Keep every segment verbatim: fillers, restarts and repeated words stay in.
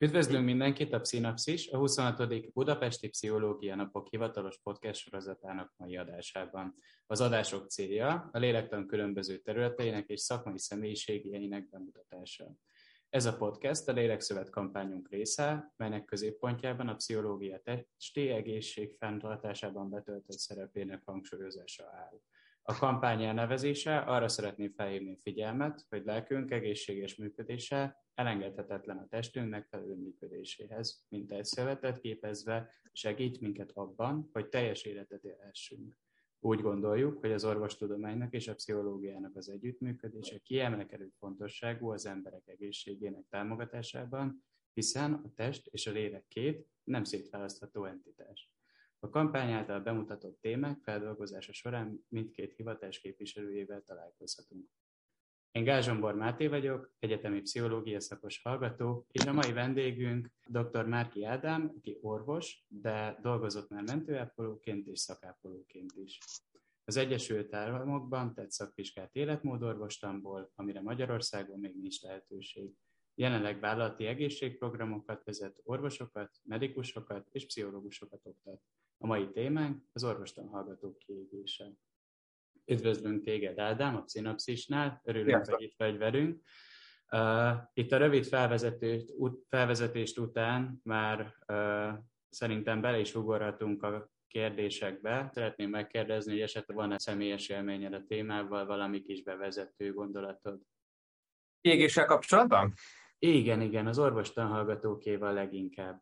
Üdvözlünk mindenkit a Pszinapszis, a huszonhatodik Budapesti Pszichológia Napok hivatalos podcast sorozatának mai adásában. Az adások célja a lélektan különböző területeinek és szakmai személyiségeinek bemutatása. Ez a podcast a Lélekszövet kampányunk része, melynek középpontjában a pszichológia testi egészség fenntartásában betöltött szerepének hangsúlyozása áll. A kampány elnevezése arra szeretném felhívni a figyelmet, hogy lelkünk egészséges működése elengedhetetlen a testünk megfelelő működéséhez, mint egy szövetet képezve segít minket abban, hogy teljes életet élhessünk. Úgy gondoljuk, hogy az orvostudománynak és a pszichológiának az együttműködése kiemelkedő fontosságú az emberek egészségének támogatásában, hiszen a test és a lélek két nem szétválasztható entitás. A kampány által bemutatott témák feldolgozása során mindkét hivatás képviselőjével találkozhatunk. Én Gázsombor Máté vagyok, egyetemi pszichológia szakos hallgató, és a mai vendégünk dr. Márki Ádám, aki orvos, de dolgozott már mentőápolóként és szakápolóként is. Az Egyesült Államokban tett szakvizsgát életmódorvostamból, amire Magyarországon még nincs lehetőség. Jelenleg vállalati egészségprogramokat vezet, orvosokat, medikusokat és pszichológusokat oktat. A mai témánk az orvostan hallgatók kiégése. Üdvözlünk téged, Ádám, a Pszinapszisnál, örülünk, Sziasztok. Hogy itt vagy velünk. Uh, itt a rövid felvezetést, ut- felvezetést után már uh, szerintem bele is ugorhatunk a kérdésekbe. Szeretném megkérdezni, hogy esetleg van-e személyes élményed a témával, valami kis bevezető gondolatod? Kiégéssel kapcsolatban? Igen, igen, az orvostan hallgatókéval leginkább.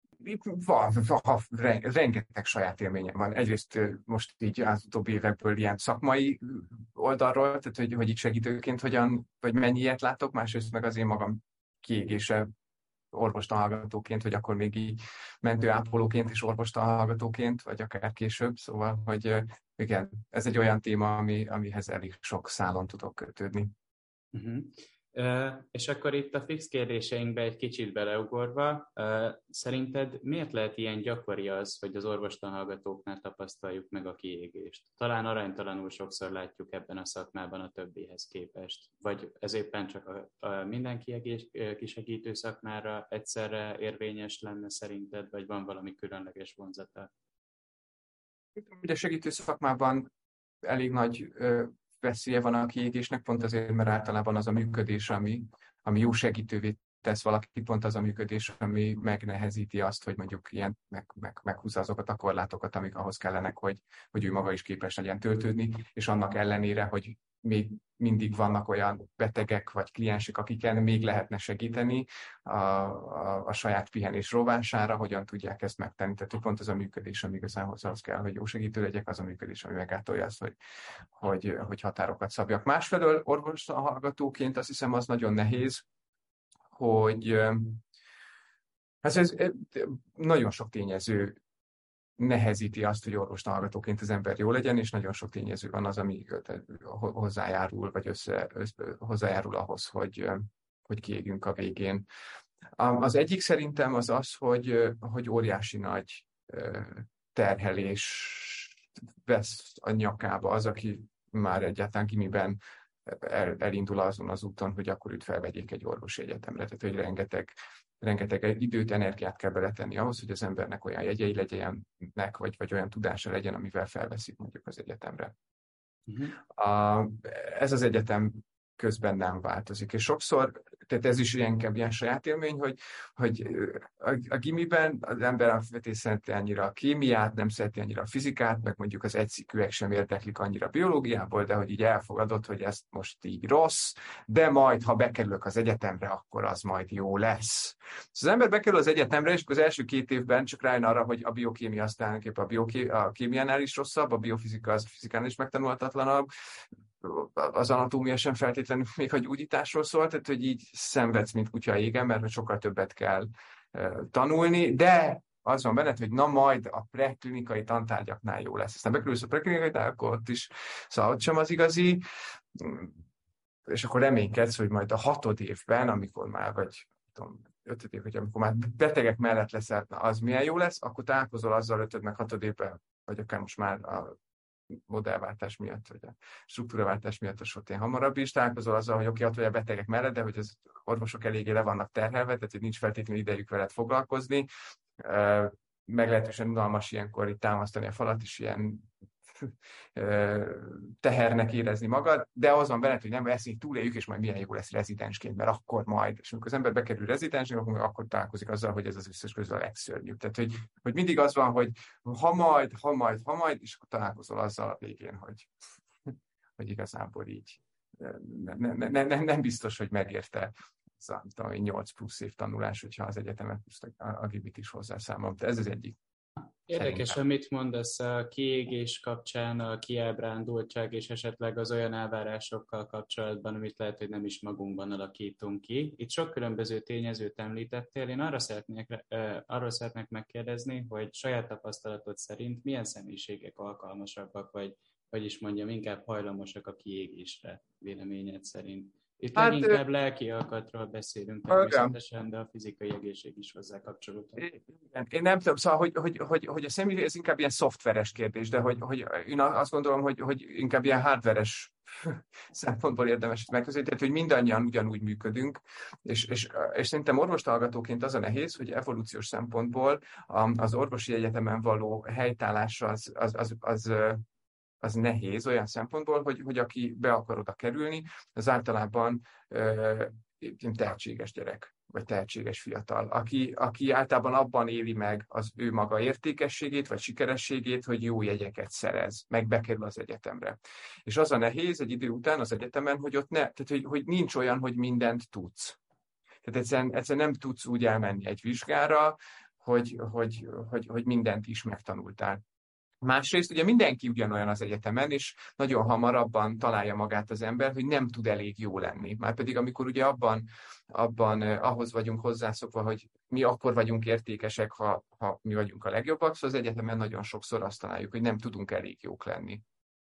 Van, van, rengeteg saját élményem van. Egyrészt most így az utóbbi évekből ilyen szakmai oldalról, tehát hogy, hogy így segítőként hogyan, vagy mennyi ilyet látok, másrészt meg az én magam kiégése orvostan hallgatóként, vagy akkor még így mentőápolóként és orvostan hallgatóként, vagy akár később. Szóval, hogy igen, ez egy olyan téma, ami, amihez elég sok szálon tudok kötődni. Uh-huh. Uh, és akkor itt a fix kérdéseinkbe egy kicsit beleugorva, uh, szerinted miért lehet ilyen gyakori az, hogy az orvostan hallgatóknál tapasztaljuk meg a kiégést? Talán aránytalanul sokszor látjuk ebben a szakmában a többihez képest. Vagy ez éppen csak a, a minden kiegés, kisegítő szakmára egyszerre érvényes lenne szerinted, vagy van valami különleges vonzata? Ugye segítő szakmában elég nagy ö, veszélye van a kiégésnek, pont azért, mert általában az a működés, ami, ami jó segítővé tesz valaki, pont az a működés, ami megnehezíti azt, hogy mondjuk ilyen meg, meg, meghúzza azokat a korlátokat, amik ahhoz kellenek, hogy, hogy ő maga is képes legyen töltődni, és annak ellenére, hogy még mindig vannak olyan betegek vagy kliensek, akiken még lehetne segíteni a, a, a saját pihenés rovására, hogyan tudják ezt megtenni. Tehát pont az a működés, ami igazán hozzához kell, hogy jó segítő legyek, az a működés, ami megátolja azt, hogy, hogy, hogy határokat szabjak. Másfelől orvostan hallgatóként azt hiszem az nagyon nehéz, hogy ez, ez nagyon sok tényező nehezíti azt, hogy orvostan hallgatóként az ember jó legyen, és nagyon sok tényező van az, ami hozzájárul, vagy össze, össze, hozzájárul ahhoz, hogy, hogy kiégünk a végén. Az egyik szerintem az az, hogy, hogy óriási nagy terhelés vesz a nyakába az, aki már egyáltalán gimiben elindul azon az úton, hogy akkor őt felvegyék egy orvosi egyetemre. Tehát, hogy rengeteg, rengeteg időt, energiát kell beletenni ahhoz, hogy az embernek olyan jegyei legyenek, vagy, vagy olyan tudása legyen, amivel felveszik mondjuk az egyetemre. Uh-huh. A, ez az egyetem közben nem változik. És sokszor, tehát ez is inkább ilyen saját élmény, hogy, hogy a, a gimiben az ember alapvetően szereti annyira a kémiát, nem szereti annyira a fizikát, meg mondjuk az egyszikűek sem érdeklik annyira a biológiából, de hogy így elfogadott, hogy ezt most így rossz, de majd, ha bekerülök az egyetemre, akkor az majd jó lesz. Szóval az ember bekerül az egyetemre, és az első két évben csak rájön arra, hogy a biokémia aztán a, bioké, a kémiánál is rosszabb, a biofizika az a fizikánál is megtanulhatatlanabb, az anatómia sem feltétlenül még a gyógyításról szól, tehát hogy így szenvedsz, mint kutya a égen, mert sokkal többet kell uh, tanulni, de az van benned, hogy na majd a preklinikai tantárgyaknál jó lesz. Aztán bekerülsz a preklinikai tantárgyaknál, akkor ott is, szóval ott sem az igazi, és akkor reménykedsz, hogy majd a hatod évben, amikor már, vagy tudom, ötöd év, hogy amikor már betegek mellett leszel, na az milyen jó lesz, akkor találkozol azzal ötöd meg hatod évben, vagy akár most már a modellváltás miatt, vagy a struktúraváltás miatt a sotén hamarabb is találkozol azzal, hogy oké, okay, ott vagy a betegek mellett, de hogy az orvosok eléggé le vannak terhelve, tehát hogy nincs feltétlenül idejük veled foglalkozni. Meglehetősen unalmas ilyenkor itt támasztani a falat, és ilyen tehernek érezni magad, de az van veled, hogy nem, ezt így túléljük, és majd milyen jó lesz rezidensként, mert akkor majd. És amikor az ember bekerül rezidensnek, akkor, akkor találkozik azzal, hogy ez az összes közül a legszörnyűbb. Tehát, hogy, hogy mindig az van, hogy ha majd, ha majd, ha majd, és akkor találkozol azzal a végén, hogy, hogy igazából így ne, ne, ne, ne, nem biztos, hogy megérte az a nyolc plusz év tanulás, hogyha az egyetemet a gibit is hozzászámolom. De ez az egyik. Érdekes, amit mondasz a kiégés kapcsán, a kiábrándultság és esetleg az olyan elvárásokkal kapcsolatban, amit lehet, hogy nem is magunkban alakítunk ki. Itt sok különböző tényezőt említettél. Én arra szeretnék, arról szeretnék megkérdezni, hogy saját tapasztalatod szerint milyen személyiségek alkalmasabbak, vagy, vagy is mondjam, inkább hajlamosak a kiégésre, véleményed szerint. Itt hát, leginkább lelki alkatról beszélünk természetesen, de a fizikai egészség is hozzá kapcsolódott. Én nem tudom, szóval, hogy, hogy, hogy, hogy a személy, ez inkább ilyen szoftveres kérdés, de hogy, hogy én azt gondolom, hogy, hogy inkább ilyen hardveres szempontból érdemes megközelíteni, hogy mindannyian ugyanúgy működünk, és, és, és szerintem orvoshallgatóként az a nehéz, hogy evolúciós szempontból az orvosi egyetemen való helytállás az, az, az, az az nehéz olyan szempontból, hogy, hogy aki be akar oda kerülni, az általában ö, tehetséges gyerek, vagy tehetséges fiatal, aki, aki általában abban éli meg az ő maga értékességét, vagy sikerességét, hogy jó jegyeket szerez, meg bekerül az egyetemre. És az a nehéz egy idő után az egyetemen, hogy ott ne, tehát hogy, hogy nincs olyan, hogy mindent tudsz. Tehát egyszerűen, egyszerűen nem tudsz úgy elmenni egy vizsgára, hogy, hogy, hogy, hogy mindent is megtanultál. Másrészt ugye mindenki ugyanolyan az egyetemen, és nagyon hamar abban találja magát az ember, hogy nem tud elég jó lenni. Márpedig amikor ugye abban, abban eh, ahhoz vagyunk hozzászokva, hogy mi akkor vagyunk értékesek, ha, ha mi vagyunk a legjobbak, szóval az egyetemen nagyon sokszor azt találjuk, hogy nem tudunk elég jók lenni.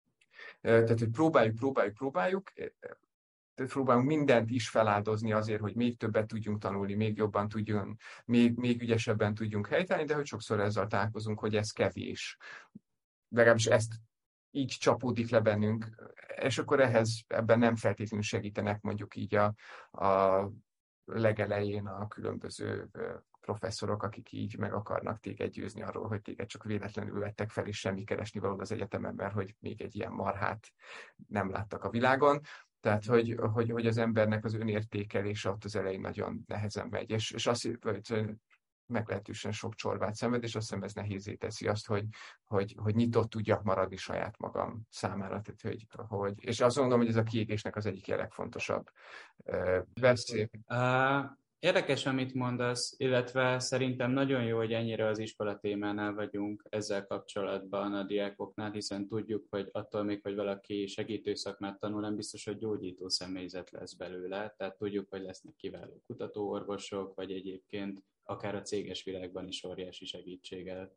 Eh, tehát, hogy próbáljuk, próbáljuk, próbáljuk, tehát próbálunk mindent is feláldozni azért, hogy még többet tudjunk tanulni, még jobban tudjunk, még, még ügyesebben tudjunk helytállni, de hogy sokszor ezzel találkozunk, hogy ez kevés. Legalábbis ezt így csapódik le bennünk, és akkor ehhez ebben nem feltétlenül segítenek mondjuk így a, a legelején a különböző professzorok, akik így meg akarnak téged győzni arról, hogy téged csak véletlenül vettek fel, és semmi keresni valód az egyetemen, mert hogy még egy ilyen marhát nem láttak a világon. Tehát, hogy, hogy, hogy az embernek az önértékelése ott az elején nagyon nehezen megy, és, és azt, hogy meglehetősen sok csorbát szenved, és azt hiszem ez nehézé teszi azt, hogy, hogy, hogy nyitott tudjak maradni saját magam számára. Tehát, hogy, hogy, és azt gondolom, hogy ez a kiégésnek az egyik legfontosabb uh, veszély. Uh, érdekes, amit mondasz, illetve szerintem nagyon jó, hogy ennyire az iskola témánál vagyunk ezzel kapcsolatban a diákoknál, hiszen tudjuk, hogy attól még, hogy valaki segítő szakmát tanul, nem biztos, hogy gyógyító személyzet lesz belőle, tehát tudjuk, hogy lesznek kiváló kutatóorvosok, vagy egyébként akár a céges világban is óriási segítséggel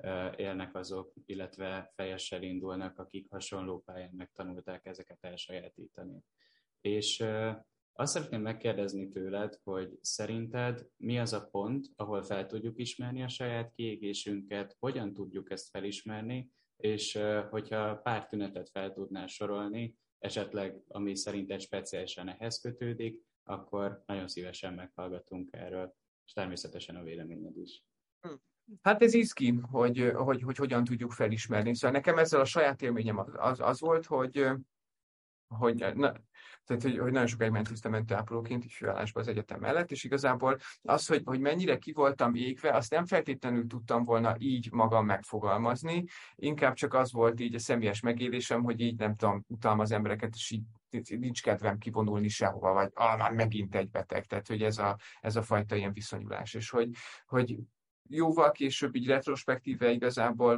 élnek azok, illetve fejessel indulnak, akik hasonló pályán megtanulták ezeket elsajátítani. És azt szeretném megkérdezni tőled, hogy szerinted mi az a pont, ahol fel tudjuk ismerni a saját kiégésünket, hogyan tudjuk ezt felismerni, és hogyha pár tünetet fel tudnál sorolni, esetleg ami szerinted speciálisan ehhez kötődik, akkor nagyon szívesen meghallgatunk erről, és természetesen a véleményed is. Hát ez izgi, hogy, hogy, hogy hogyan tudjuk felismerni. Szóval nekem ezzel a saját élményem az, az, az volt, hogy, hogy, na, tehát, hogy, hogy nagyon sokáig mentőztem mentőápolóként így főállásban az egyetem mellett, és igazából az, hogy, hogy mennyire ki voltam égve, azt nem feltétlenül tudtam volna így magam megfogalmazni, inkább csak az volt így a személyes megélésem, hogy így nem tudom, utalom az embereket, és így nincs kedvem kivonulni sehova, vagy ah, már megint egy beteg, tehát hogy ez a, ez a fajta ilyen viszonyulás, és hogy, hogy jóval később így retrospektíve igazából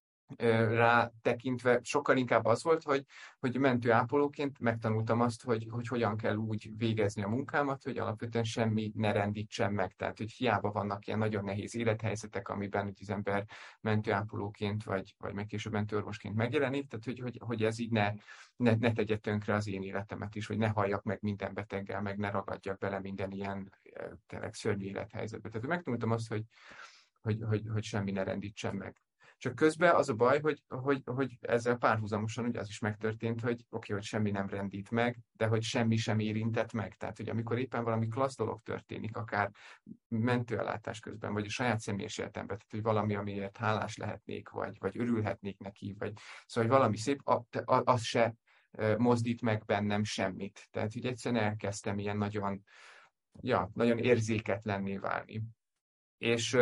rá tekintve sokkal inkább az volt, hogy, hogy mentőápolóként megtanultam azt, hogy, hogy hogyan kell úgy végezni a munkámat, hogy alapvetően semmi ne rendítsen meg. Tehát, hogy hiába vannak ilyen nagyon nehéz élethelyzetek, amiben az ember mentőápolóként, vagy, vagy meg később mentőorvosként megjelenik, tehát, hogy, hogy, hogy ez így ne, ne, ne tegye tönkre az én életemet is, hogy ne halljak meg minden beteggel, meg ne ragadjak bele minden ilyen tényleg szörnyű élethelyzetbe. Tehát megtanultam azt, hogy, hogy, hogy, hogy semmi ne rendítsen meg. Csak közben az a baj, hogy, hogy, hogy ezzel párhuzamosan ugye az is megtörtént, hogy oké, okay, hogy semmi nem rendít meg, de hogy semmi sem érintett meg. Tehát, hogy amikor éppen valami klassz dolog történik, akár mentőellátás közben, vagy a saját személyes életemben, tehát, hogy valami, amiért hálás lehetnék, vagy, vagy örülhetnék neki, vagy szóval, hogy valami szép, az se mozdít meg bennem semmit. Tehát, hogy egyszerűen elkezdtem ilyen nagyon, ja, nagyon érzéketlenné válni. És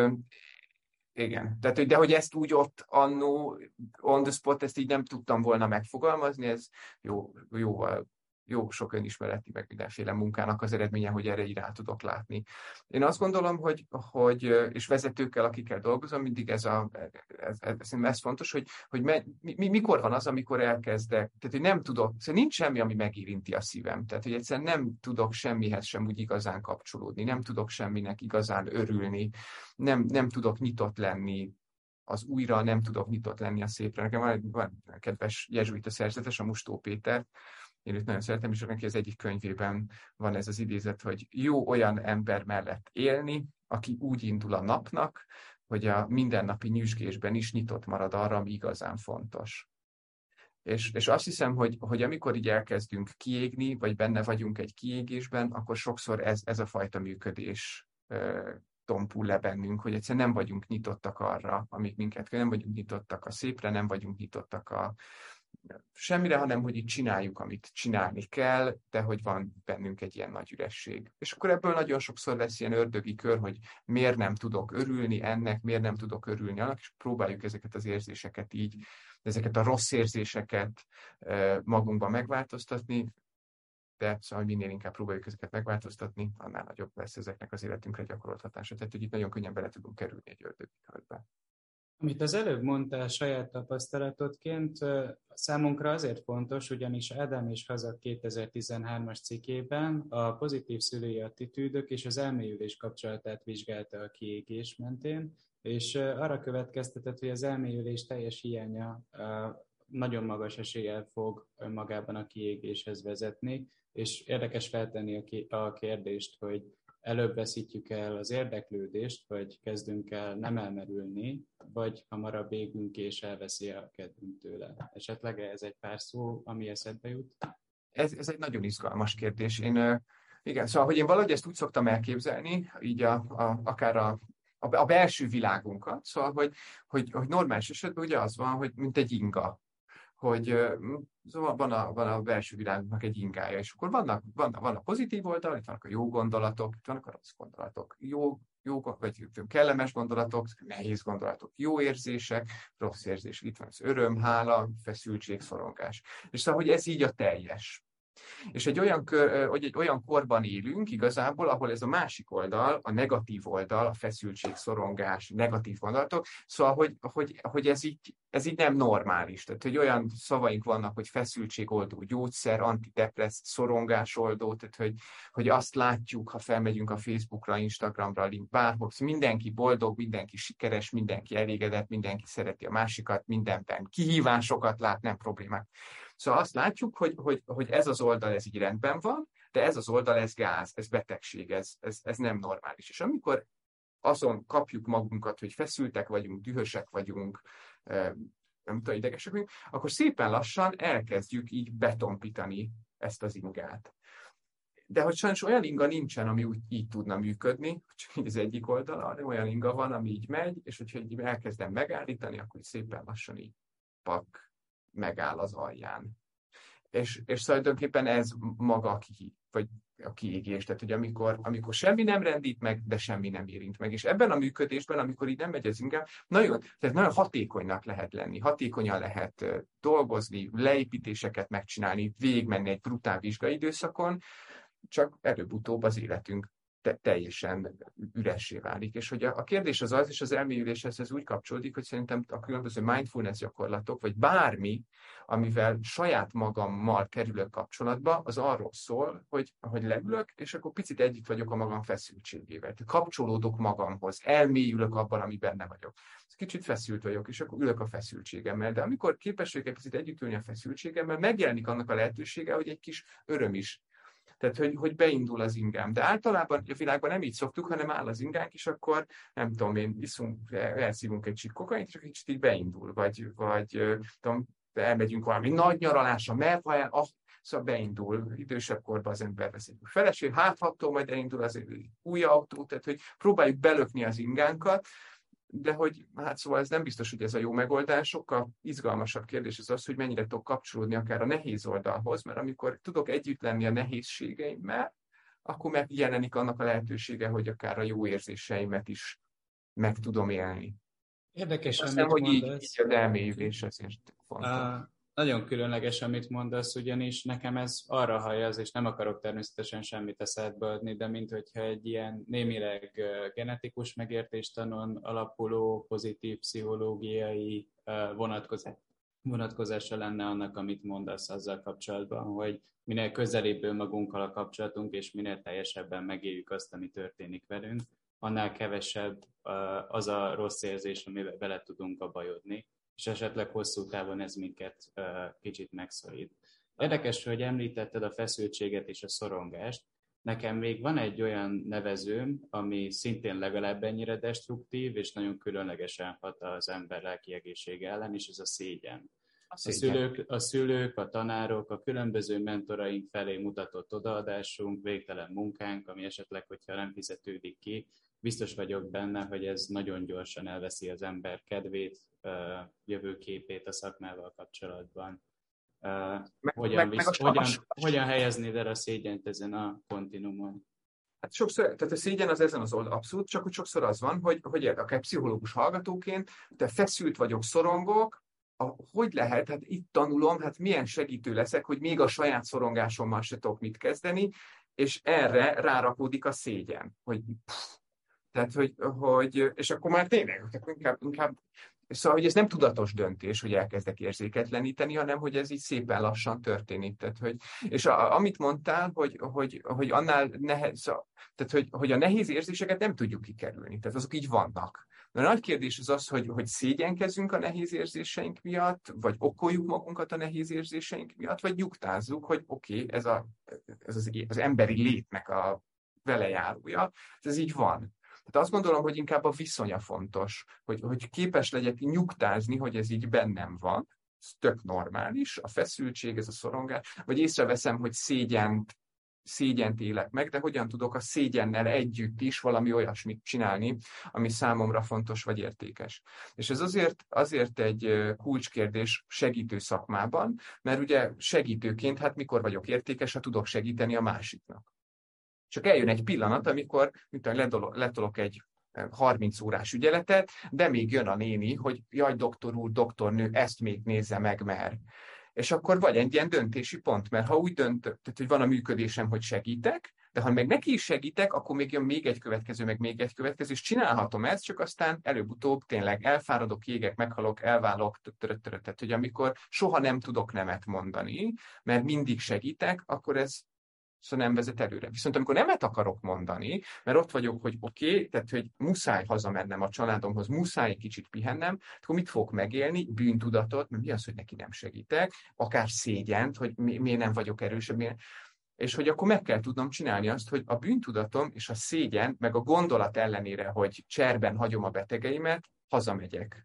igen, tehát, hogy, de hogy ezt úgy ott annó on the spot, ezt így nem tudtam volna megfogalmazni, ez jó, jóval, jó sok önismereti, meg mindenféle munkának az eredménye, hogy erre így rá tudok látni. Én azt gondolom, hogy, hogy és vezetőkkel, akikkel dolgozom, mindig ez, a, ez, ez, ez fontos, hogy, hogy me, mi, mikor van az, amikor elkezdek, tehát, hogy nem tudok, szóval nincs semmi, ami megérinti a szívem, tehát, hogy egyszerűen nem tudok semmihez sem úgy igazán kapcsolódni, nem tudok semminek igazán örülni, nem, nem tudok nyitott lenni az újra, nem tudok nyitott lenni a szépre. Nekem van egy van kedves jezsuita szerzetes, a Mustó Péter, én őt nagyon szeretem, és neki az egyik könyvében van ez az idézet, hogy jó olyan ember mellett élni, aki úgy indul a napnak, hogy a mindennapi nyüzsgésben is nyitott marad arra, ami igazán fontos. És, és azt hiszem, hogy, hogy amikor így elkezdünk kiégni, vagy benne vagyunk egy kiégésben, akkor sokszor ez, ez a fajta működés uh, tompul le bennünk, hogy egyszerűen nem vagyunk nyitottak arra, amik minket, nem vagyunk nyitottak a szépre, nem vagyunk nyitottak a semmire, hanem hogy így csináljuk, amit csinálni kell, de hogy van bennünk egy ilyen nagy üresség. És akkor ebből nagyon sokszor lesz ilyen ördögi kör, hogy miért nem tudok örülni ennek, miért nem tudok örülni annak, és próbáljuk ezeket az érzéseket így, ezeket a rossz érzéseket magunkban megváltoztatni, de szóval minél inkább próbáljuk ezeket megváltoztatni, annál nagyobb lesz ezeknek az életünkre gyakorolt hatása. Tehát, hogy itt nagyon könnyen bele tudunk kerülni egy ördögi körbe. Amit az előbb mondtál saját tapasztalatodként, számunkra azért fontos, ugyanis Ádám és Hazak kétezer-tizenhármas cikkében a pozitív szülői attitűdök és az elmélyülés kapcsolatát vizsgálta a kiégés mentén, és arra következtetett, hogy az elmélyülés teljes hiánya nagyon magas eséllyel fog magában a kiégéshez vezetni, és érdekes feltenni a kérdést, hogy előbb veszítjük el az érdeklődést, vagy kezdünk el nem elmerülni, vagy hamarabb égünk és elveszi a kedvünk tőle. Esetleg ez egy pár szó, ami eszedbe jut? Ez, ez egy nagyon izgalmas kérdés. Én, igen, szóval, hogy én valahogy ezt úgy szoktam elképzelni, így a, a, akár a, a, a belső világunkat, szóval, hogy, hogy, hogy normális esetben ugye az van, hogy mint egy inga, hogy szóval van a, van a belső világunknak egy ingája, és akkor vannak, vannak, van a pozitív oldal, itt vannak a jó gondolatok, itt vannak a rossz gondolatok, jó, jó vagy kellemes gondolatok, nehéz gondolatok, jó érzések, rossz érzés, itt van az öröm, hála, feszültség, szorongás. És szóval, hogy ez így a teljes. És egy olyan, kör, hogy egy olyan korban élünk igazából, ahol ez a másik oldal, a negatív oldal, a feszültség, szorongás, negatív gondolatok, szóval, hogy, hogy, hogy ez, így, ez így nem normális. Tehát, hogy olyan szavaink vannak, hogy feszültségoldó gyógyszer, antidepressz, szorongásoldó, tehát, hogy, hogy azt látjuk, ha felmegyünk a Facebookra, Instagramra, link bárhol, mindenki boldog, mindenki sikeres, mindenki elégedett, mindenki szereti a másikat, mindenben kihívásokat lát, nem problémák. Szóval azt látjuk, hogy, hogy, hogy ez az oldal, ez így rendben van, de ez az oldal, ez gáz, ez betegség, ez, ez, ez nem normális. És amikor azon kapjuk magunkat, hogy feszültek vagyunk, dühösek vagyunk, nem tudom, idegesek vagyunk, akkor szépen lassan elkezdjük így betompítani ezt az ingát. De hogy sajnos olyan inga nincsen, ami úgy így tudna működni, csak így az egyik oldala, hanem olyan inga van, ami így megy, és hogyha így elkezdem megállítani, akkor szépen lassan így pak, megáll az alján. És, és tulajdonképpen ez maga a, ki, vagy a kiégés, tehát hogy amikor, amikor semmi nem rendít meg, de semmi nem érint meg. És ebben a működésben, amikor így nem megy az inkább, nagyon, tehát nagyon hatékonynak lehet lenni, hatékonyan lehet dolgozni, leépítéseket megcsinálni, végigmenni egy brutál vizsgai időszakon, csak előbb-utóbb az életünk te- teljesen üressé válik. És hogy a, a kérdés az az, és az elmélyüléshez ez úgy kapcsolódik, hogy szerintem a különböző mindfulness gyakorlatok, vagy bármi, amivel saját magammal kerülök kapcsolatba, az arról szól, hogy, hogy leülök, és akkor picit együtt vagyok a magam feszültségével. Kapcsolódok magamhoz, elmélyülök abban, ami benne vagyok. Kicsit feszült vagyok, és akkor ülök a feszültségemmel. De amikor képes vagyok egy picit együtt ülni a feszültségemmel, megjelenik annak a lehetősége, hogy egy kis öröm is Tehát, hogy, hogy beindul az ingám. De általában a világban nem így szoktuk, hanem áll az ingánk, és akkor nem tudom én, iszunk, elszívunk egy csík kokaint, és kicsit így beindul. Vagy, vagy tudom, elmegyünk valami nagy nyaralásra, mert ha el, ah, szóval beindul. Idősebb korban az ember vesz egy feleség, hát attól majd elindul az új autó, tehát hogy próbáljuk belökni az ingánkat, de hogy, hát szóval ez nem biztos, hogy ez a jó megoldás. Sokkal izgalmasabb kérdés az az, hogy mennyire tudok kapcsolódni akár a nehéz oldalhoz, mert amikor tudok együtt lenni a nehézségeimmel, akkor megjelenik annak a lehetősége, hogy akár a jó érzéseimet is meg tudom élni. Érdekes, Azt amit hiszem, hogy mondasz. így, így az elmélyülés azért fontos. Uh, nagyon különleges, amit mondasz, ugyanis nekem ez arra hajaz, és nem akarok természetesen semmit a szádba adni, de mint hogyha egy ilyen némileg uh, genetikus megértéstanon alapuló, pozitív pszichológiai uh, vonatkozás, vonatkozása lenne annak, amit mondasz azzal kapcsolatban, hogy minél közelébb önmagunkkal a kapcsolatunk, és minél teljesebben megéljük azt, ami történik velünk, annál kevesebb uh, az a rossz érzés, amiben bele tudunk abajodni, és esetleg hosszú távon ez minket uh, kicsit megszorít. Érdekes, hogy említetted a feszültséget és a szorongást. Nekem még van egy olyan nevezőm, ami szintén legalább ennyire destruktív, és nagyon különlegesen hat az ember lelki egészsége ellen, és ez a szégyen. A, a, szülők, a szülők, a tanárok, a különböző mentoraink felé mutatott odaadásunk, végtelen munkánk, ami esetleg, hogyha nem fizetődik ki, biztos vagyok benne, hogy ez nagyon gyorsan elveszi az ember kedvét, jövőképét a szakmával kapcsolatban. Meg, hogyan, meg, visz, meg hogyan, hogyan helyeznéd el a szégyent ezen a kontinumon? Hát sokszor, tehát a szégyen az ezen az oldal abszolút, csak hogy sokszor az van, hogy, hogy akár pszichológus hallgatóként, te feszült vagyok, szorongok, a, hogy lehet, hát itt tanulom, hát milyen segítő leszek, hogy még a saját szorongásommal se tudok mit kezdeni, és erre rárakódik a szégyen, hogy pff, tehát, hogy, hogy, és akkor már tényleg, akkor inkább, inkább, szóval, hogy ez nem tudatos döntés, hogy elkezdek érzéketleníteni, hanem, hogy ez így szépen lassan történik. Tehát, hogy, és a, amit mondtál, hogy, hogy, hogy annál nehez, tehát, hogy, hogy a nehéz érzéseket nem tudjuk kikerülni, tehát azok így vannak. De a nagy kérdés az az, hogy, hogy szégyenkezünk a nehéz érzéseink miatt, vagy okoljuk magunkat a nehéz érzéseink miatt, vagy nyugtázzuk, hogy oké, okay, ez, a, ez az, az emberi létnek a velejárója, ez így van. Tehát azt gondolom, hogy inkább a viszonya fontos, hogy, hogy képes legyek nyugtázni, hogy ez így bennem van, ez tök normális, a feszültség, ez a szorongás, vagy észreveszem, hogy szégyent, szégyent élek meg, de hogyan tudok a szégyennel együtt is valami olyasmit csinálni, ami számomra fontos vagy értékes. És ez azért, azért egy kulcskérdés segítő szakmában, mert ugye segítőként, hát mikor vagyok értékes, ha tudok segíteni a másiknak. Csak eljön egy pillanat, amikor mint letolok egy harminc órás ügyeletet, de még jön a néni, hogy jaj, doktor úr, doktornő, ezt még nézze meg, mert. És akkor vagy egy ilyen döntési pont, mert ha úgy dönt, tehát, hogy van a működésem, hogy segítek, de ha meg neki is segítek, akkor még jön még egy következő, meg még egy következő, és csinálhatom ezt, csak aztán előbb-utóbb tényleg elfáradok, égek, meghalok, elválok, tehát hogy amikor soha nem tudok nemet mondani, mert mindig segítek, akkor ez szóval nem vezet előre. Viszont amikor nemet akarok mondani, mert ott vagyok, hogy oké, okay, tehát hogy muszáj hazamennem a családomhoz, muszáj egy kicsit pihennem, akkor mit fogok megélni? Bűntudatot, mert mi az, hogy neki nem segítek, akár szégyent, hogy mi, miért nem vagyok erősebb, miért... és hogy akkor meg kell tudnom csinálni azt, hogy a bűntudatom és a szégyen, meg a gondolat ellenére, hogy cserben hagyom a betegeimet, hazamegyek.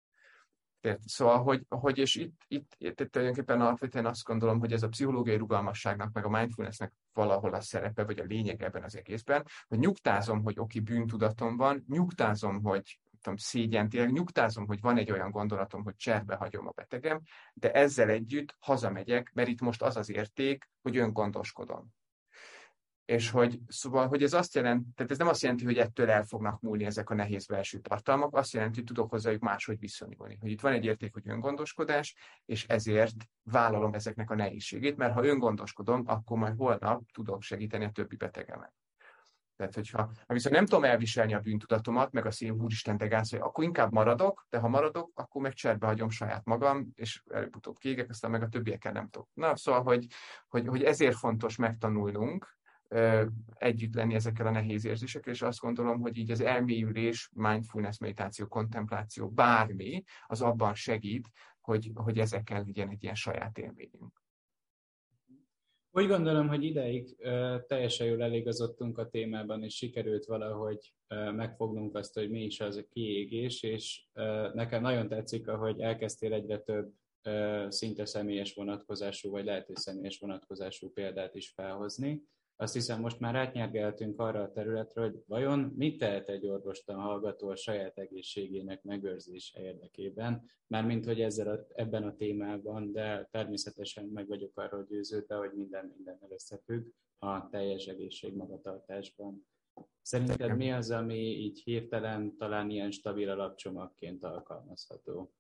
Szóval, hogy, hogy és itt, itt, itt tulajdonképpen alapvetően azt gondolom, hogy ez a pszichológiai rugalmasságnak, meg a mindfulnessnek valahol a szerepe, vagy a lényeg ebben az egészben, hogy nyugtázom, hogy oké, bűntudatom van, nyugtázom, hogy tudom, szégyent élek, nyugtázom, hogy van egy olyan gondolatom, hogy cserbe hagyom a betegem, de ezzel együtt hazamegyek, mert itt most az az érték, hogy öngondoskodom. És hogy, szóval, hogy ez azt jelenti, tehát ez nem azt jelenti, hogy ettől el fognak múlni ezek a nehéz belső tartalmak, azt jelenti, hogy tudok hozzájuk máshogy viszonyulni. Hogy itt van egy érték, hogy öngondoskodás, és ezért vállalom ezeknek a nehézségét, mert ha öngondoskodom, akkor majd holnap tudok segíteni a többi betegemet. Tehát, hogyha ha viszont nem tudom elviselni a bűntudatomat, meg a szív úristen de gáz, akkor inkább maradok, de ha maradok, akkor meg cserbe hagyom saját magam, és előbb-utóbb kiégek, aztán meg a többiekkel nem tudok. Na, szóval, hogy, hogy, hogy ezért fontos megtanulnunk, együtt lenni ezekkel a nehéz érzésekkel, és azt gondolom, hogy így az elmélyülés, mindfulness, meditáció, kontempláció, bármi, az abban segít, hogy, hogy ezekkel legyen egy ilyen saját élményünk. Úgy gondolom, hogy ideig ö, teljesen jól elégazodtunk a témában, és sikerült valahogy ö, megfognunk azt, hogy mi is az a kiégés, és ö, nekem nagyon tetszik, ahogy elkezdtél egyre több ö, szinte személyes vonatkozású, vagy lehet, hogy személyes vonatkozású példát is felhozni. Azt hiszem, most már átnyergeltünk arra a területre, hogy vajon mit tehet egy orvostan hallgató a saját egészségének megőrzése érdekében, mármint hogy ezzel a, ebben a témában, de természetesen meg vagyok arról győződve, hogy minden mindennel összefügg a teljes egészség magatartásban. Szerinted mi az, ami így hirtelen talán ilyen stabil alapcsomagként alkalmazható?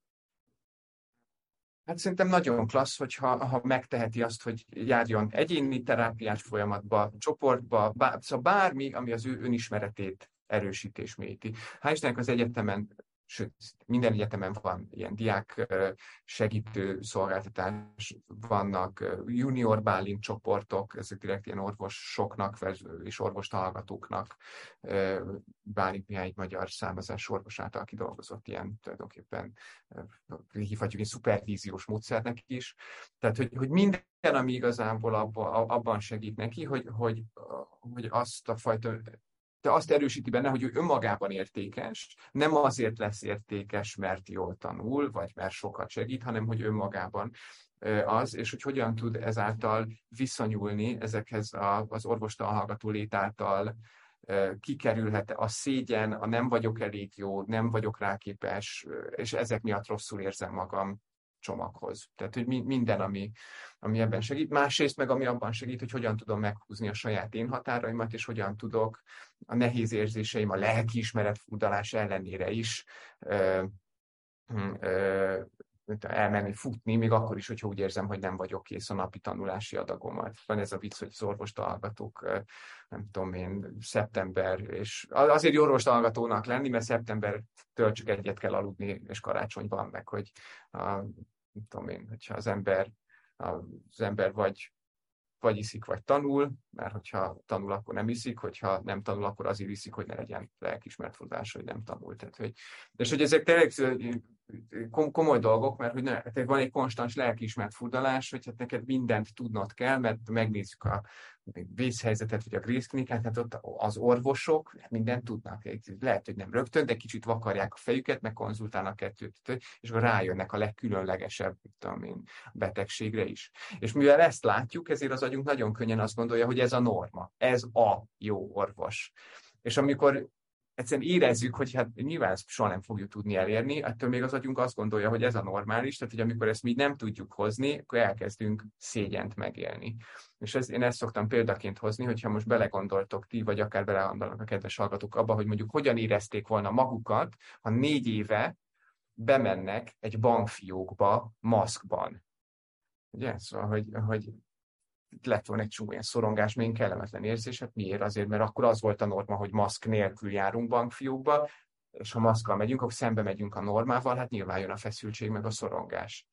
Hát szerintem nagyon klassz, hogyha ha megteheti azt, hogy járjon egyéni terápiás folyamatba, csoportba, bár, szóval bármi, ami az ő önismeretét erősíti és mélyíti. Hál' Istennek az egyetemen, sőt, minden egyetemen van ilyen diák segítő szolgáltatás, vannak junior bálint csoportok, ezek direkt ilyen orvosoknak és orvoshallgatóknak, Bálint Mihály magyar származás orvos által kidolgozott ilyen tulajdonképpen hívhatjuk egy szupervíziós módszernek is. Tehát, hogy, hogy minden, ami igazából abban, abban segít neki, hogy, hogy, hogy azt a fajta de azt erősíti benne, hogy ő önmagában értékes, nem azért lesz értékes, mert jól tanul, vagy mert sokat segít, hanem hogy önmagában az, és hogy hogyan tud ezáltal viszonyulni ezekhez az orvostan hallgató lét által kikerülhet a szégyen, a nem vagyok elég jó, nem vagyok ráképes, és ezek miatt rosszul érzem magam csomaghoz. Tehát, hogy minden, ami, ami ebben segít. Másrészt meg, ami abban segít, hogy hogyan tudom meghúzni a saját én határaimat, és hogyan tudok a nehéz érzéseim, a lelkiismeret furdalás ellenére is ö, ö, elmenni futni, még akkor is, hogyha úgy érzem, hogy nem vagyok kész a napi tanulási adagommal. Van ez a vicc, hogy az orvostalgatók, nem tudom én, szeptember, és azért jó orvostalgatónak lenni, mert szeptembertől csak egyet kell aludni, és karácsony van meg, hogy a, nem tudom én, hogyha az ember, az ember vagy vagy iszik, vagy tanul, mert hogyha tanul, akkor nem iszik, hogyha nem tanul, akkor azért iszik, hogy ne legyen lelkiismeretfurdalás, hogy nem tanul. Tehát, hogy, és hogy ezek tényleg komoly dolgok, mert hogy ne, van egy konstans lelkiismeretfurdalás, hogy hát neked mindent tudnod kell, mert megnézzük a vészhelyzetet, vagy a grészklinikát, hát ott az orvosok mindent tudnak. Lehet, hogy nem rögtön, de kicsit vakarják a fejüket, meg konzultálnak kettőt, és akkor rájönnek a legkülönlegesebb, tudom én, betegségre is. És mivel ezt látjuk, ezért az agyunk nagyon könnyen azt gondolja, hogy ez a norma, ez a jó orvos. És amikor egyszerűen érezzük, hogy hát nyilván ezt soha nem fogjuk tudni elérni, ettől még az agyunk azt gondolja, hogy ez a normális, tehát hogy amikor ezt mi nem tudjuk hozni, akkor elkezdünk szégyent megélni. És ez, én ezt szoktam példaként hozni, hogyha most belegondoltok ti, vagy akár belegondolnak a kedves hallgatók abba, hogy mondjuk hogyan érezték volna magukat, ha négy éve bemennek egy bankfiókba maszkban. Ugye? Szóval, hogy, hogy lett volna egy csomó ilyen szorongás, még kellemetlen érzés. Hát miért? Azért, mert akkor az volt a norma, hogy maszk nélkül járunk bankfiókba, és ha maszkkal megyünk, akkor szembe megyünk a normával, hát nyilván jön a feszültség, meg a szorongás.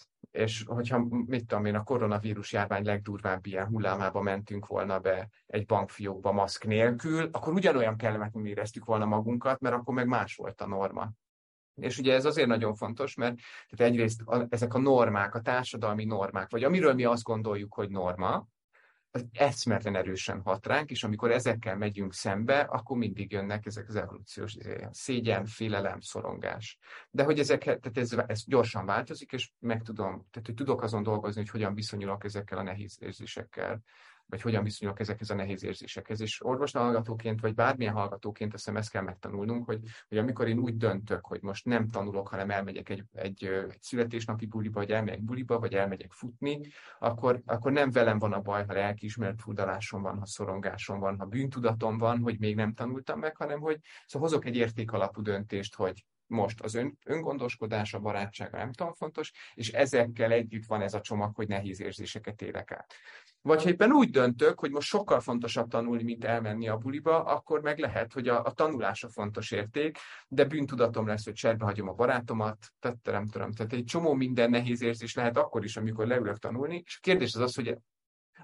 És hogyha, mit tudom én, a koronavírus járvány legdurvább ilyen hullámába mentünk volna be egy bankfiókba maszk nélkül, akkor ugyanolyan kellemetlenül éreztük volna magunkat, mert akkor meg más volt a norma. És ugye ez azért nagyon fontos, mert tehát egyrészt a, ezek a normák, a társadalmi normák, vagy amiről mi azt gondoljuk, hogy norma, az eszméletlen erősen hat ránk, és amikor ezekkel megyünk szembe, akkor mindig jönnek ezek az evolúciós szégyen, félelem, szorongás. De hogy ezek, tehát ez, ez gyorsan változik, és meg tudom, tehát hogy tudok azon dolgozni, hogy hogyan viszonyulok ezekkel a nehéz érzésekkel, vagy hogyan viszonyulok ezekhez a nehéz érzésekhez. És orvoshallgatóként, vagy bármilyen hallgatóként azt hiszem ezt kell megtanulnunk, hogy, hogy amikor én úgy döntök, hogy most nem tanulok, hanem elmegyek egy, egy, egy születésnapi buliba, vagy elmegyek buliba, vagy elmegyek futni, akkor, akkor nem velem van a baj, ha lelkiismeretfurdalásom van, ha szorongásom van, ha bűntudatom van, hogy még nem tanultam meg, hanem hogy szóval hozok egy értékalapú döntést, hogy most az ön, öngondoskodás, a barátsága nem tudom fontos, és ezekkel együtt van ez a csomag, hogy nehéz érzéseket élek át. Vagy ha éppen úgy döntök, hogy most sokkal fontosabb tanulni, mint elmenni a buliba, akkor meg lehet, hogy a, a tanulás a fontos érték, de bűntudatom lesz, hogy cserbe hagyom a barátomat, tehát nem tudom. Tehát egy csomó minden nehéz érzés lehet akkor is, amikor leülök tanulni, és a kérdés az az, hogy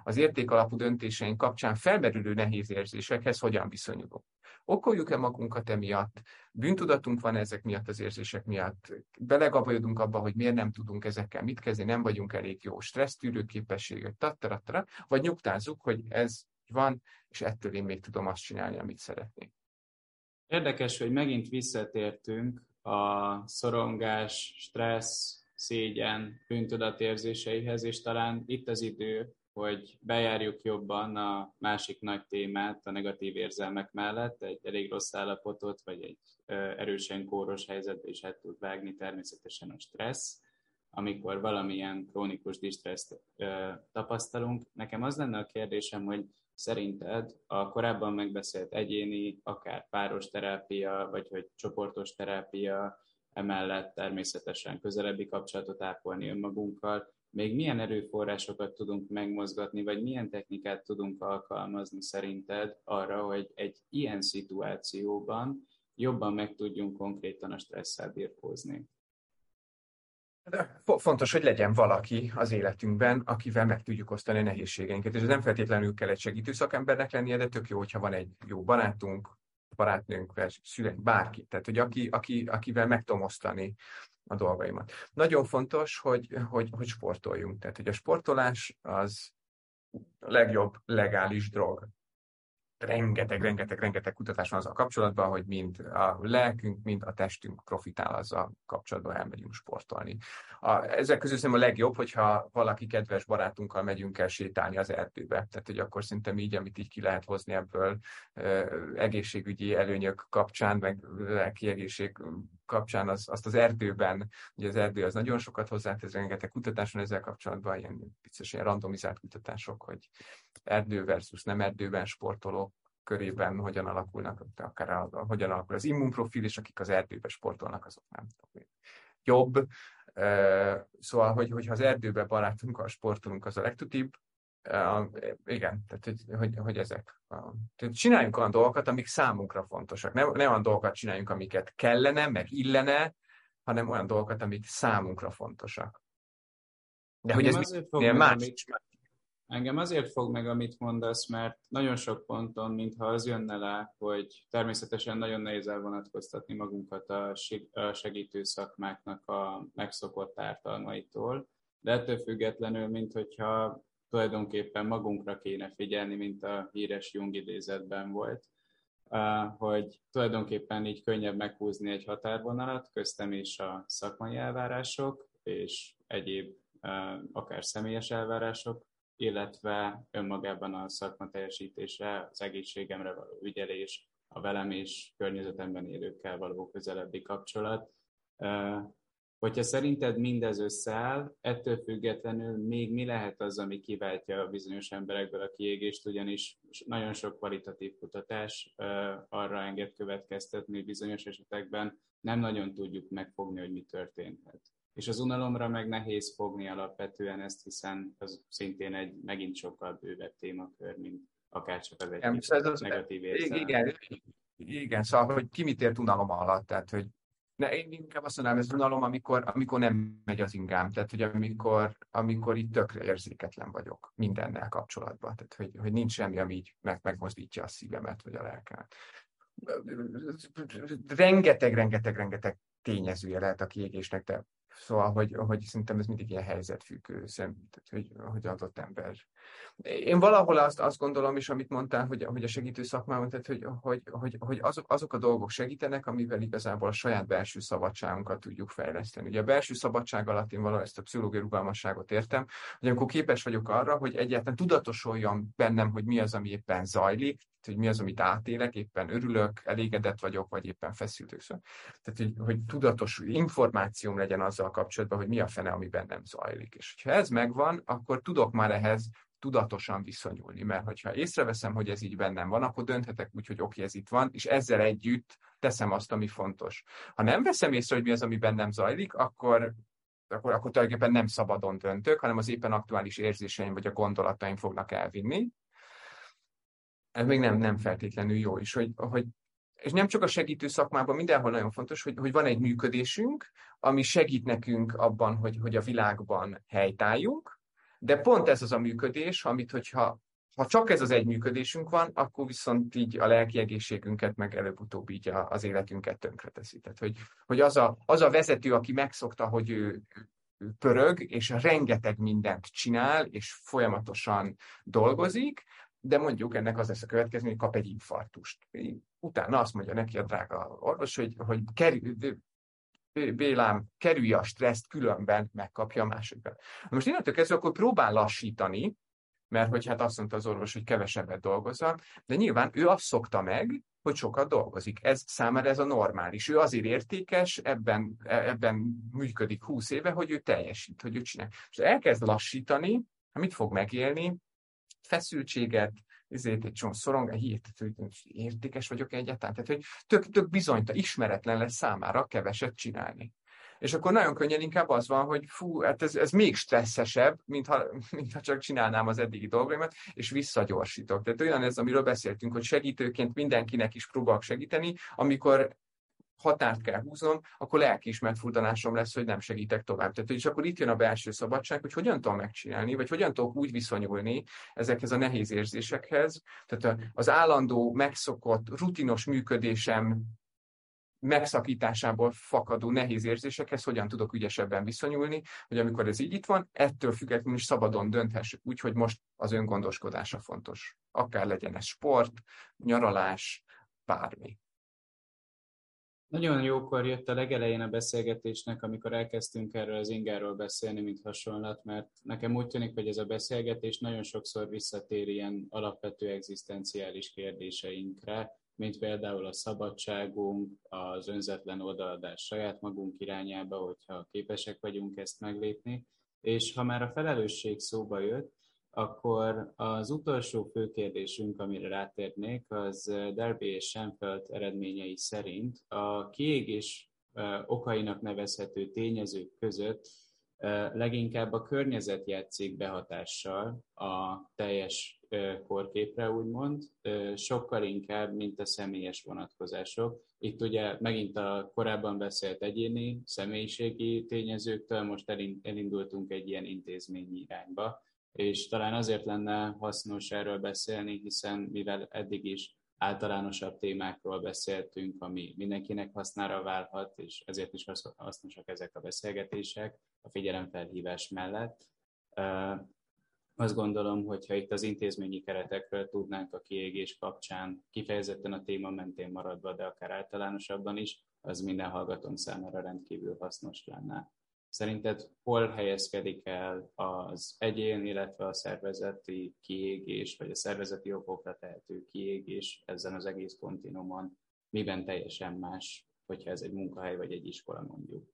az értékalapú döntéseink kapcsán felmerülő nehéz érzésekhez hogyan viszonyulunk. Okoljuk-e magunkat emiatt? Bűntudatunk van ezek miatt, az érzések miatt? Belegabajodunk abba, hogy miért nem tudunk ezekkel mit kezdeni, nem vagyunk elég jó stressztűrő képességek, tattarattara, vagy nyugtázzuk, hogy ez van, és ettől én még tudom azt csinálni, amit szeretnék. Érdekes, hogy megint visszatértünk a szorongás, stressz, szégyen, bűntudat érzéseihez, és talán itt az idő, hogy bejárjuk jobban a másik nagy témát a negatív érzelmek mellett, egy elég rossz állapotot, vagy egy erősen kóros helyzetbe is el tud vágni természetesen a stressz, amikor valamilyen krónikus distresszt tapasztalunk. Nekem az lenne a kérdésem, hogy szerinted a korábban megbeszélt egyéni, akár páros terápia, vagy hogy csoportos terápia, emellett természetesen közelebbi kapcsolatot ápolni önmagunkkal, még milyen erőforrásokat tudunk megmozgatni, vagy milyen technikát tudunk alkalmazni szerinted arra, hogy egy ilyen szituációban jobban meg tudjunk konkrétan a stresszel birkózni? De fontos, hogy legyen valaki az életünkben, akivel meg tudjuk osztani a nehézségeinket. És ez nem feltétlenül kell egy segítő szakembernek lennie, de tök jó, hogyha van egy jó barátunk, barátnőnk, szüleink, bárki. Tehát, hogy aki, aki, akivel meg tudom osztani a dolgaimat. Nagyon fontos, hogy, hogy, hogy sportoljunk. Tehát, hogy a sportolás az a legjobb legális drog. Rengeteg, rengeteg, rengeteg kutatás van azzal kapcsolatban, hogy mind a lelkünk, mind a testünk profitál azzal kapcsolatban, elmegyünk sportolni. A, ezek közül szerintem a legjobb, hogyha valaki kedves barátunkkal megyünk el sétálni az erdőbe. Tehát, hogy akkor szerintem így, amit így ki lehet hozni ebből egészségügyi előnyök kapcsán, meg lelki egészség kapcsán, az, azt az erdőben, ugye az erdő az nagyon sokat hozzátesz, rengeteg kutatás van ezzel kapcsolatban, ilyen vicces, ilyen randomizált kutatások, hogy erdő versus nem erdőben sportolók körében hogyan alakulnak, akár a, hogyan alakul az immunprofil, és akik az erdőben sportolnak, azok nem tudom, jobb. Szóval, hogy, hogyha az erdőben barátunkkal sportolunk, az a legtutibb. Uh, igen, tehát hogy, hogy, hogy ezek. Uh, tehát csináljunk olyan dolgokat, amik számunkra fontosak. Nem, nem olyan dolgokat csináljunk, amiket kellene, meg illene, hanem olyan dolgokat, amik számunkra fontosak. De hogy ez minél más. Amit, engem azért fog meg, amit mondasz, mert nagyon sok ponton, mintha az jönne le, hogy természetesen nagyon nehéz elvonatkoztatni magunkat a segítő szakmáknak a megszokott ártalmaitól, de ettől függetlenül, minthogyha tulajdonképpen magunkra kéne figyelni, mint a híres Jung idézetben volt, hogy tulajdonképpen így könnyebb meghúzni egy határvonalat köztem és a szakmai elvárások, és egyéb akár személyes elvárások, illetve önmagában a szakma teljesítése, az egészségemre való ügyelés, a velem és környezetemben élőkkel való közelebbi kapcsolat. Hogyha szerinted mindez összeáll, ettől függetlenül még mi lehet az, ami kiváltja a bizonyos emberekből a kiégést, ugyanis nagyon sok kvalitatív kutatás arra enged következtetni, hogy bizonyos esetekben nem nagyon tudjuk megfogni, hogy mi történhet. És az unalomra meg nehéz fogni alapvetően ezt, hiszen az szintén egy megint sokkal bővebb témakör, mint akárcsak az egy az negatív érzelem. Igen, igen, szóval, hogy ki mit ért unalom alatt, tehát, hogy ne, én inkább azt mondanám, ez unalom, amikor, amikor nem megy az ingám, tehát, hogy amikor, amikor itt tökre érzéketlen vagyok mindennel kapcsolatban, tehát, hogy, hogy nincs semmi, ami így meg, megmozdítja a szívemet, vagy a lelkemet. Rengeteg, rengeteg, rengeteg tényezője lehet a kiégésnek, de szóval, hogy, hogy szerintem ez mindig ilyen helyzetfüggő, tehát, hogy, hogy adott ember. Én valahol azt, azt gondolom is, amit mondtál, hogy, hogy a segítő szakmában, tehát, hogy, hogy, hogy, hogy azok, azok a dolgok segítenek, amivel igazából a saját belső szabadságunkat tudjuk fejleszteni. Ugye a belső szabadság alatt én valahol ezt a pszichológiai rugalmasságot értem, hogy amikor képes vagyok arra, hogy egyáltalán tudatosuljon bennem, hogy mi az, ami éppen zajlik, hogy mi az, amit átélek, éppen örülök, elégedett vagyok, vagy éppen feszült. Tehát, hogy, hogy tudatos információm legyen azzal kapcsolatban, hogy mi a fene, ami bennem zajlik. És ha ez megvan, akkor tudok már ehhez tudatosan viszonyulni, mert hogyha észreveszem, hogy ez így bennem van, akkor dönthetek úgy, hogy oké, ez itt van, és ezzel együtt teszem azt, ami fontos. Ha nem veszem észre, hogy mi az, ami bennem zajlik, akkor Akkor, akkor tulajdonképpen nem szabadon döntök, hanem az éppen aktuális érzéseim vagy a gondolataim fognak elvinni. Ez még nem, nem feltétlenül jó is, hogy, hogy és nem csak a segítő szakmában, mindenhol nagyon fontos, hogy, hogy van egy működésünk, ami segít nekünk abban, hogy, hogy a világban helytálljunk, De pont ez az a működés, amit hogyha ha csak ez az egy működésünk van, akkor viszont így a lelki egészségünket, meg előbb-utóbb így az életünket tönkreteszi. Tehát, hogy, hogy az, a, az a vezető, aki megszokta, hogy ő, ő pörög, és rengeteg mindent csinál, és folyamatosan dolgozik, de mondjuk ennek az lesz a következmény, hogy kap egy infarktust. Utána azt mondja neki a drága orvos, hogy, hogy kerül, Bélám, kerülje a stresszt, különben megkapja a másodikban. Most innentől kezdve akkor próbál lassítani, mert hogy hát azt mondta az orvos, hogy kevesebbet dolgozzak, de nyilván ő azt szokta meg, hogy sokat dolgozik. Ez számára ez a normális. Ő azért értékes, ebben, ebben működik húsz éve, hogy ő teljesít, hogy ő csinál. És elkezd lassítani, mit fog megélni? Feszültséget, ezért egy csomó szorong, értékes vagyok egyáltalán. Tehát, hogy tök, tök bizonyta, ismeretlen lesz számára keveset csinálni. És akkor nagyon könnyen inkább az van, hogy fú, hát ez, ez még stresszesebb, mintha, mintha csak csinálnám az eddigi dolgaimat, és visszagyorsítok. Tehát olyan ez, amiről beszéltünk, hogy segítőként mindenkinek is próbálok segíteni, amikor határt kell húznom, akkor lelkiismert furdalásom lesz, hogy nem segítek tovább. Tehát, és akkor itt jön a belső szabadság, hogy hogyan tudom megcsinálni, vagy hogyan tudok úgy viszonyulni ezekhez a nehéz érzésekhez. Tehát az állandó, megszokott, rutinos működésem megszakításából fakadó nehéz érzésekhez hogyan tudok ügyesebben viszonyulni, hogy amikor ez így itt van, ettől függetlenül is szabadon dönthessük úgy, hogy most az öngondoskodása fontos. Akár legyen ez sport, nyaralás, bármi. Nagyon jókor jött a legelején a beszélgetésnek, amikor elkezdtünk erről az ingáról beszélni, mint hasonlat, mert nekem úgy tűnik, hogy ez a beszélgetés nagyon sokszor visszatér ilyen alapvető egzisztenciális kérdéseinkre, mint például a szabadságunk, az önzetlen odaadás saját magunk irányába, hogyha képesek vagyunk ezt meglépni. És ha már a felelősség szóba jött, akkor az utolsó fő kérdésünk, amire rátérnék, az Derby és Schenfeld eredményei szerint a kiégés okainak nevezhető tényezők között leginkább a környezet játszik behatással a teljes korképre, úgymond, sokkal inkább, mint a személyes vonatkozások. Itt ugye megint a korábban beszélt egyéni, személyiségi tényezőktől most elindultunk egy ilyen intézményi irányba, és talán azért lenne hasznos erről beszélni, hiszen mivel eddig is általánosabb témákról beszéltünk, ami mindenkinek hasznára válhat, és ezért is hasznosak ezek a beszélgetések a figyelemfelhívás mellett. Azt gondolom, hogyha itt az intézményi keretekről tudnánk a kiégés kapcsán, kifejezetten a téma mentén maradva, de akár általánosabban is, az minden hallgatónk számára rendkívül hasznos lenne. Szerinted hol helyezkedik el az egyén, illetve a szervezeti kiégés, vagy a szervezeti okokra tehető kiégés ezen az egész kontinumon? Miben teljesen más, hogyha ez egy munkahely vagy egy iskola, mondjuk?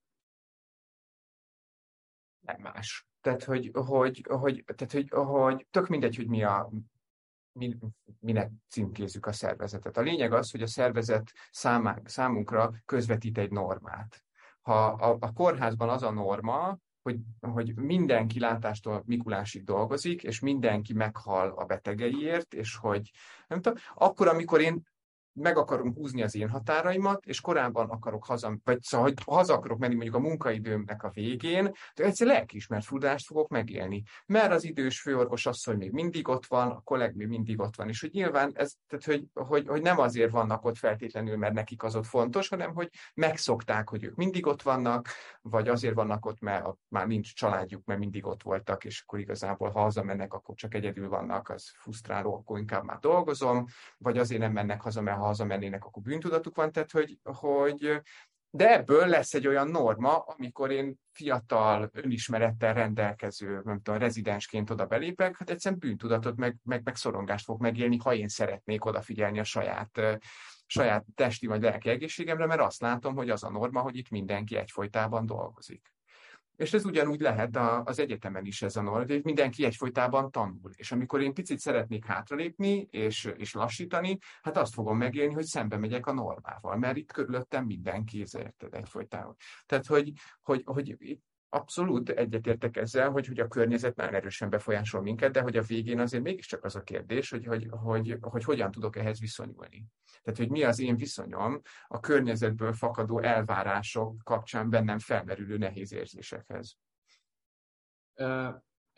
Nem más. Tehát, hogy, hogy, hogy, tehát, hogy, hogy tök mindegy, hogy mi a, mi, minek címkézzük a szervezetet. A lényeg az, hogy a szervezet számá, számunkra közvetít egy normát. Ha a, a kórházban az a norma, hogy, hogy mindenki látástól Mikulásig dolgozik, és mindenki meghal a betegeiért, és hogy nem tudom, akkor, amikor én meg akarom húzni az én határaimat, és korábban akarok haza, vagy szóval, hogy haza akarok menni mondjuk a munkaidőmnek a végén, de egyszer lelkiismert furdalást fogok megélni. Mert az idős főorvos asszony még mindig ott van, a kolleg még mindig ott van, és hogy nyilván ez, tehát, hogy, hogy, hogy nem azért vannak ott feltétlenül, mert nekik az ott fontos, hanem hogy megszokták, hogy ők mindig ott vannak, vagy azért vannak ott, mert már nincs családjuk, mert mindig ott voltak, és akkor igazából ha hazamennek, akkor csak egyedül vannak, az frusztráló, akkor inkább már dolgozom, vagy azért nem mennek haza, mert ha hazamennének, akkor bűntudatuk van, tehát hogy, hogy de ebből lesz egy olyan norma, amikor én fiatal, önismerettel rendelkező, nem tudom, rezidensként oda belépek, hát egyszerűen bűntudatot, meg, meg, meg szorongást fog megélni, ha én szeretnék odafigyelni a saját, saját testi vagy lelki egészségemre, mert azt látom, hogy az a norma, hogy itt mindenki egyfolytában dolgozik. És ez ugyanúgy lehet az egyetemen is ez a norma, hogy mindenki egyfolytában tanul. És amikor én picit szeretnék hátralépni és, és lassítani, hát azt fogom megélni, hogy szembe megyek a normával, mert itt körülöttem mindenki érted egyfolytában. Tehát, hogy, hogy, hogy abszolút egyetértek ezzel, hogy, hogy a környezet nagyon erősen befolyásol minket, de hogy a végén azért mégiscsak az a kérdés, hogy, hogy, hogy, hogy hogyan tudok ehhez viszonyulni. Tehát, hogy mi az én viszonyom a környezetből fakadó elvárások kapcsán bennem felmerülő nehéz érzésekhez.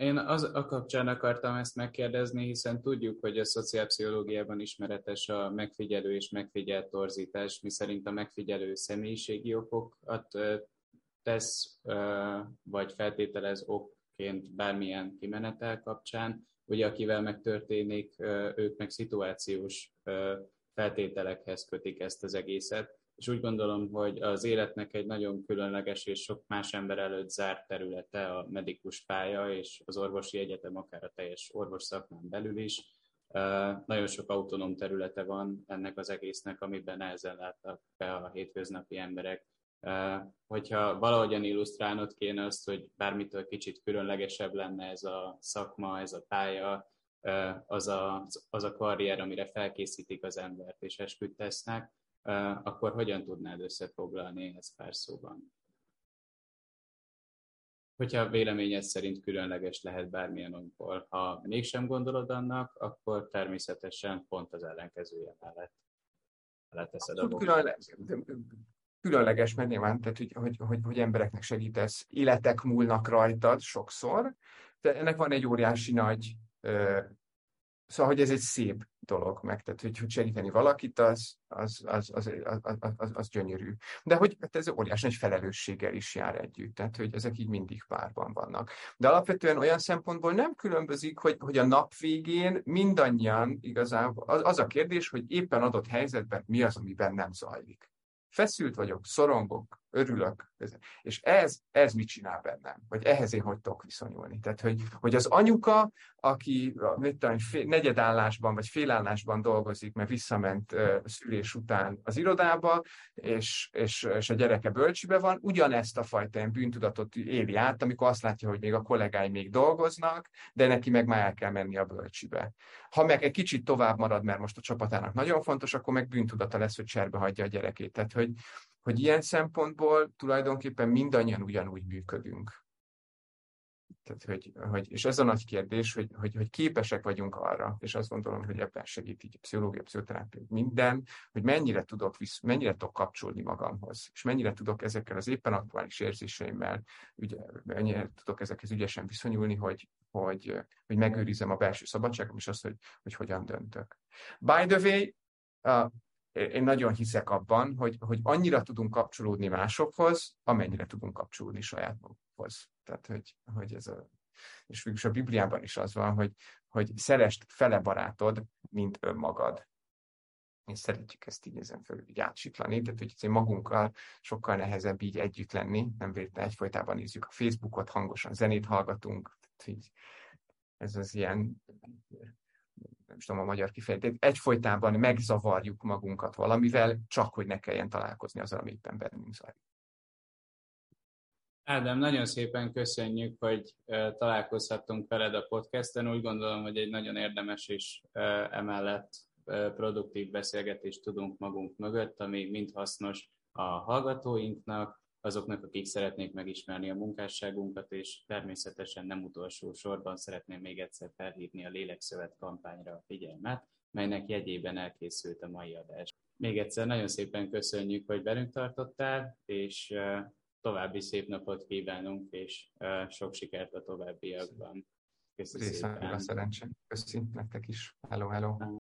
Én az a kapcsán akartam ezt megkérdezni, hiszen tudjuk, hogy a szociálpszichológiában ismeretes a megfigyelő és megfigyelt torzítás, miszerint a megfigyelő személyiségi okokat tesz, vagy feltételez okként bármilyen kimenetel kapcsán, ugye akivel megtörténik, ők meg szituációs feltételekhez kötik ezt az egészet. És úgy gondolom, hogy az életnek egy nagyon különleges és sok más ember előtt zárt területe a medikus pálya és az orvosi egyetem, akár a teljes orvos szakmán belül is. Nagyon sok autonóm területe van ennek az egésznek, amiben nehezen látnak be a hétköznapi emberek. Hogyha valahogyan illusztrálnod kéne azt, hogy bármitől kicsit különlegesebb lenne ez a szakma, ez a pálya, az a, az a karrier, amire felkészítik az embert és esküt tesznek, akkor hogyan tudnád összefoglalni ezt pár szóban? Hogyha véleményed szerint különleges lehet bármilyen okból. Ha mégsem gondolod annak, akkor természetesen pont az ellenkezője mellett leteszed a különleges, különleges, mert nyilván, tehát, hogy, hogy, hogy, hogy embereknek segítesz, életek múlnak rajtad sokszor, de ennek van egy óriási nagy, szóval, hogy ez egy szép dolog meg, tehát, hogy, hogy segíteni valakit, az, az, az, az, az, az, az gyönyörű. De hogy ez óriási nagy felelősséggel is jár együtt, tehát, hogy ezek így mindig párban vannak. De alapvetően olyan szempontból nem különbözik, hogy, hogy a nap végén mindannyian igazából, az, az a kérdés, hogy éppen adott helyzetben mi az, ami bennem zajlik. Feszült vagyok, szorongok, örülök. És ez, ez mit csinál bennem? Vagy ehhez én hogy tudok viszonyulni? Tehát, hogy, hogy az anyuka, aki mit tudom, negyedállásban vagy félállásban dolgozik, mert visszament uh, szülés után az irodába, és, és, és a gyereke bölcsibe van, ugyanezt a fajta ilyen bűntudatot éli át, amikor azt látja, hogy még a kollégái még dolgoznak, de neki meg már el kell menni a bölcsibe. Ha meg egy kicsit tovább marad, mert most a csapatának nagyon fontos, akkor meg bűntudata lesz, hogy cserbe hagyja a gyerekét. Tehát, hogy, hogy ilyen szempontból tulajdonképpen mindannyian ugyanúgy működünk. Tehát, hogy, hogy, és ez a nagy kérdés, hogy, hogy, hogy képesek vagyunk arra, és azt gondolom, hogy ebben segít így a pszichológia, a pszichoterápia, minden, hogy mennyire tudok, visz, mennyire tudok kapcsolni magamhoz, és mennyire tudok ezekkel az éppen aktuális érzéseimmel, ügy, mennyire tudok ezekhez ügyesen viszonyulni, hogy, hogy, hogy megőrizem a belső szabadságom, és azt, hogy, hogy hogyan döntök. By the way, uh, én nagyon hiszek abban, hogy, hogy annyira tudunk kapcsolódni másokhoz, amennyire tudunk kapcsolódni saját magunkhoz. Tehát, hogy, hogy ez a, és végülis a Bibliában is az van, hogy, hogy szeresd fele barátod, mint önmagad. És szeretjük ezt így ezen felül így átsiklani, tehát hogy magunkkal sokkal nehezebb így együtt lenni, nem véletlenül egyfolytában nézzük a Facebookot, hangosan zenét hallgatunk, tehát így ez az ilyen, nem is tudom a magyar kifejezést, egyfolytában megzavarjuk magunkat valamivel, csak hogy ne kelljen találkozni azzal, ami éppen bennünk zajlik. Ádám, nagyon szépen köszönjük, hogy uh, találkozhattunk veled a podcasten. Úgy gondolom, hogy egy nagyon érdemes és uh, emellett uh, produktív beszélgetést tudunk magunk mögött, ami mind hasznos a hallgatóinknak, azoknak, akik szeretnék megismerni a munkásságunkat, és természetesen nem utolsó sorban szeretném még egyszer felhívni a Lélekszövet kampányra a figyelmet, melynek jegyében elkészült a mai adás. Még egyszer nagyon szépen köszönjük, hogy velünk tartottál, és uh, további szép napot kívánunk, és uh, sok sikert a továbbiakban. Köszönöm szépen. Részemről a szerencsém. Köszönöm nektek is. Hello, hello.